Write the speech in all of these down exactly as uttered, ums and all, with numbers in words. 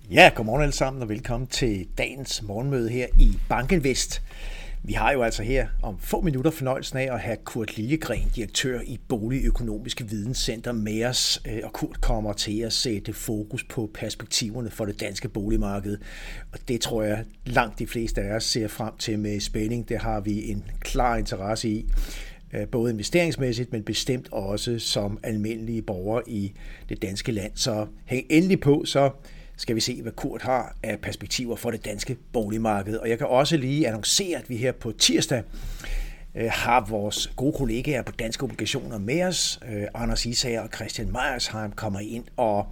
Ja, godmorgen alle sammen og velkommen til dagens morgenmøde her i Bankinvest. Vi har jo altså her om få minutter fornøjelsen af at have Kurt Liljegren, direktør i Boligøkonomiske Videnscenter, med os. Og Kurt kommer til at sætte fokus på perspektiverne for det danske boligmarked. Og det tror jeg langt de fleste af os ser frem til med spænding. Det har vi en klar interesse i. Både investeringsmæssigt, men bestemt også som almindelige borgere i det danske land. Så hæng endelig på, så skal vi se, hvad Kurt har af perspektiver for det danske boligmarked. Og jeg kan også lige annoncere, at vi her på tirsdag øh, har vores gode kollegaer på Danske Obligationer med os. Øh, Anders Isager og Christian Meyersheim kommer ind og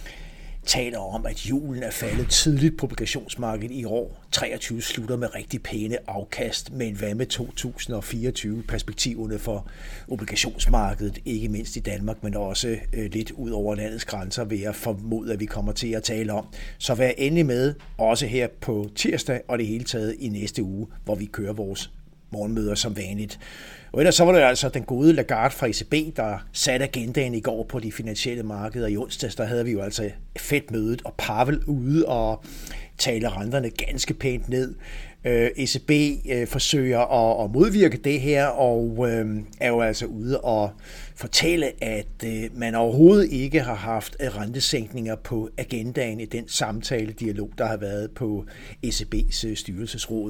taler om, at julen er faldet tidligt på obligationsmarkedet i år. treogtyve slutter med rigtig pæne afkast, men hvad med to tusind og fireogtyve perspektiverne for obligationsmarkedet, ikke mindst i Danmark, men også øh, lidt ud over landets grænser, vil jeg formode, at vi kommer til at tale om. Så vær endelig med, også her på tirsdag og det hele taget i næste uge, hvor vi kører vores morgenmøder som vanligt. Og ellers så var det altså den gode Lagarde fra E C B, der satte agendaen i går på de finansielle markeder. I onsdags, der havde vi jo altså fedt mødet, og Pavel ude og taler renterne ganske pænt ned. E C B forsøger at modvirke det her, og er jo altså ude og fortælle, at man overhovedet ikke har haft rentesænkninger på agendaen i den samtale-dialog, der har været på E C B's styrelsesråd.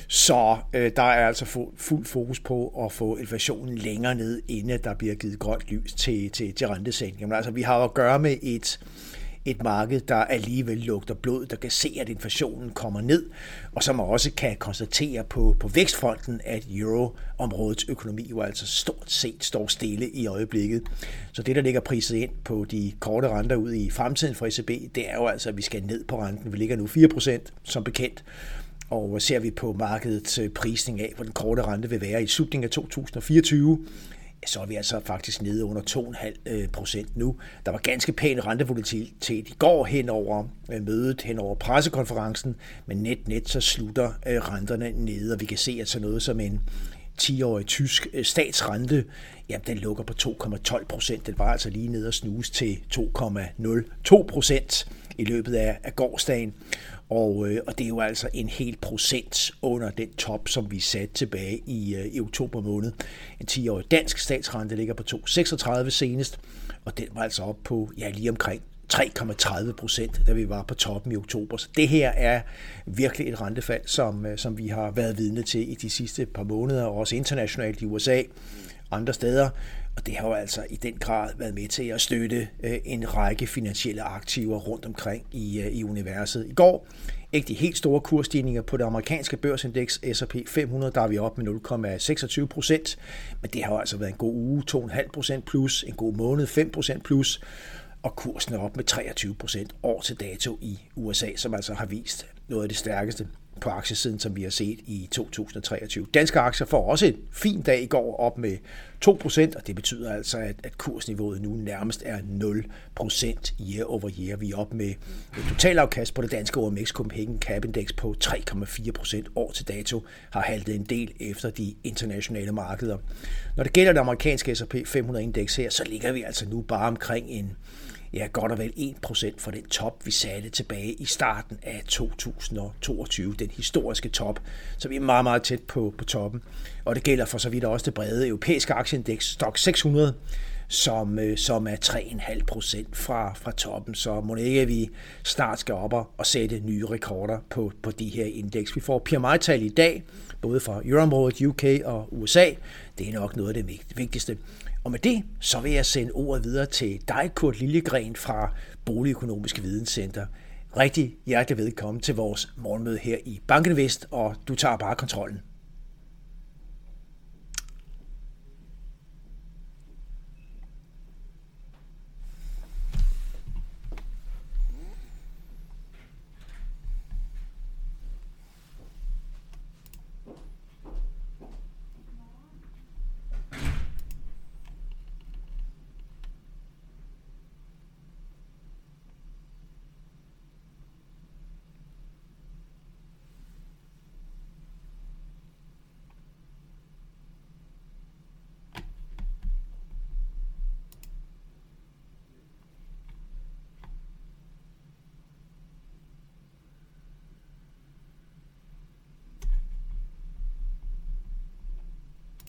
Så der er altså fuld fokus på at få inflationen længere ned, inden der bliver givet grønt lys til, til, til rentesænkninger. Men altså, vi har at gøre med et Et marked, der alligevel lugter blod, der kan se, at inflationen kommer ned, og som også kan konstatere på, på vækstfronten, at euroområdets økonomi jo altså stort set står stille i øjeblikket. Så det, der ligger priset ind på de korte renter ud i fremtiden for E C B, det er jo altså, at vi skal ned på renten. Vi ligger nu fire procent som bekendt, og ser vi på markedets prisning af, hvor den korte rente vil være i slutningen af to tusind og fireogtyve, så er vi altså faktisk nede under to komma fem procent nu. Der var ganske pæn rentevolatilitet i går hen over mødet, hen over pressekonferencen, men net net så slutter renterne nede, og vi kan se, at sådan noget som en ti-årig tysk statsrente, jamen den lukker på to komma tolv procent. Den var altså lige nede og snuse til to komma nul to procent i løbet af, af gårsdagen. Og, øh, og det er jo altså en hel procent under den top, som vi satte tilbage i, øh, i oktober måned. En ti-årig dansk statsrente ligger på to komma seksogtredive senest, og den var altså op på ja, lige omkring tre komma tredive procent, da vi var på toppen i oktober. Så det her er virkelig et rentefald, som, øh, som vi har været vidne til i de sidste par måneder, og også internationalt i U S A og andre steder. Og det har jo altså i den grad været med til at støtte en række finansielle aktiver rundt omkring i, i universet. I går ikke de helt store kursstigninger på det amerikanske børsindeks S og P fem hundrede, der er vi op med nul komma seksogtyve procent, men det har jo altså været en god uge, to komma fem procent plus, en god måned, fem procent plus, og kursen er op med treogtyve procent år til dato i U S A, som altså har vist noget af det stærkeste på aktiesiden, som vi har set i to tusind og treogtyve. Danske aktier får også en fin dag i går op med to procent, og det betyder altså, at, at kursniveauet nu nærmest er nul procent year over year. Vi er op med et totalafkast på det danske O M X Copenhagen Cap Index på tre komma fire procent år til dato, har haltet en del efter de internationale markeder. Når det gælder det amerikanske S og P fem hundrede indeks her, så ligger vi altså nu bare omkring en ja, godt og vel en procent for den top, vi satte tilbage i starten af to tusind og toogtyve, den historiske top. Så vi er meget, meget tæt på, på toppen. Og det gælder for så vidt også det brede europæiske aktieindeks, Stoxx seks hundrede, som, som er tre komma fem procent fra, fra toppen. Så må ikke, at vi snart skal op og sætte nye rekorder på, på de her indeks. Vi får P M I-tal i dag, både fra euroområdet, U K og U S A. Det er nok noget af det vigtigste. Og med det, så vil jeg sende ordet videre til dig, Kurt Liljegren fra Boligøkonomiske Videnscenter. Rigtig hjertelig velkommen til vores morgenmøde her i Bankinvest, og du tager bare kontrollen.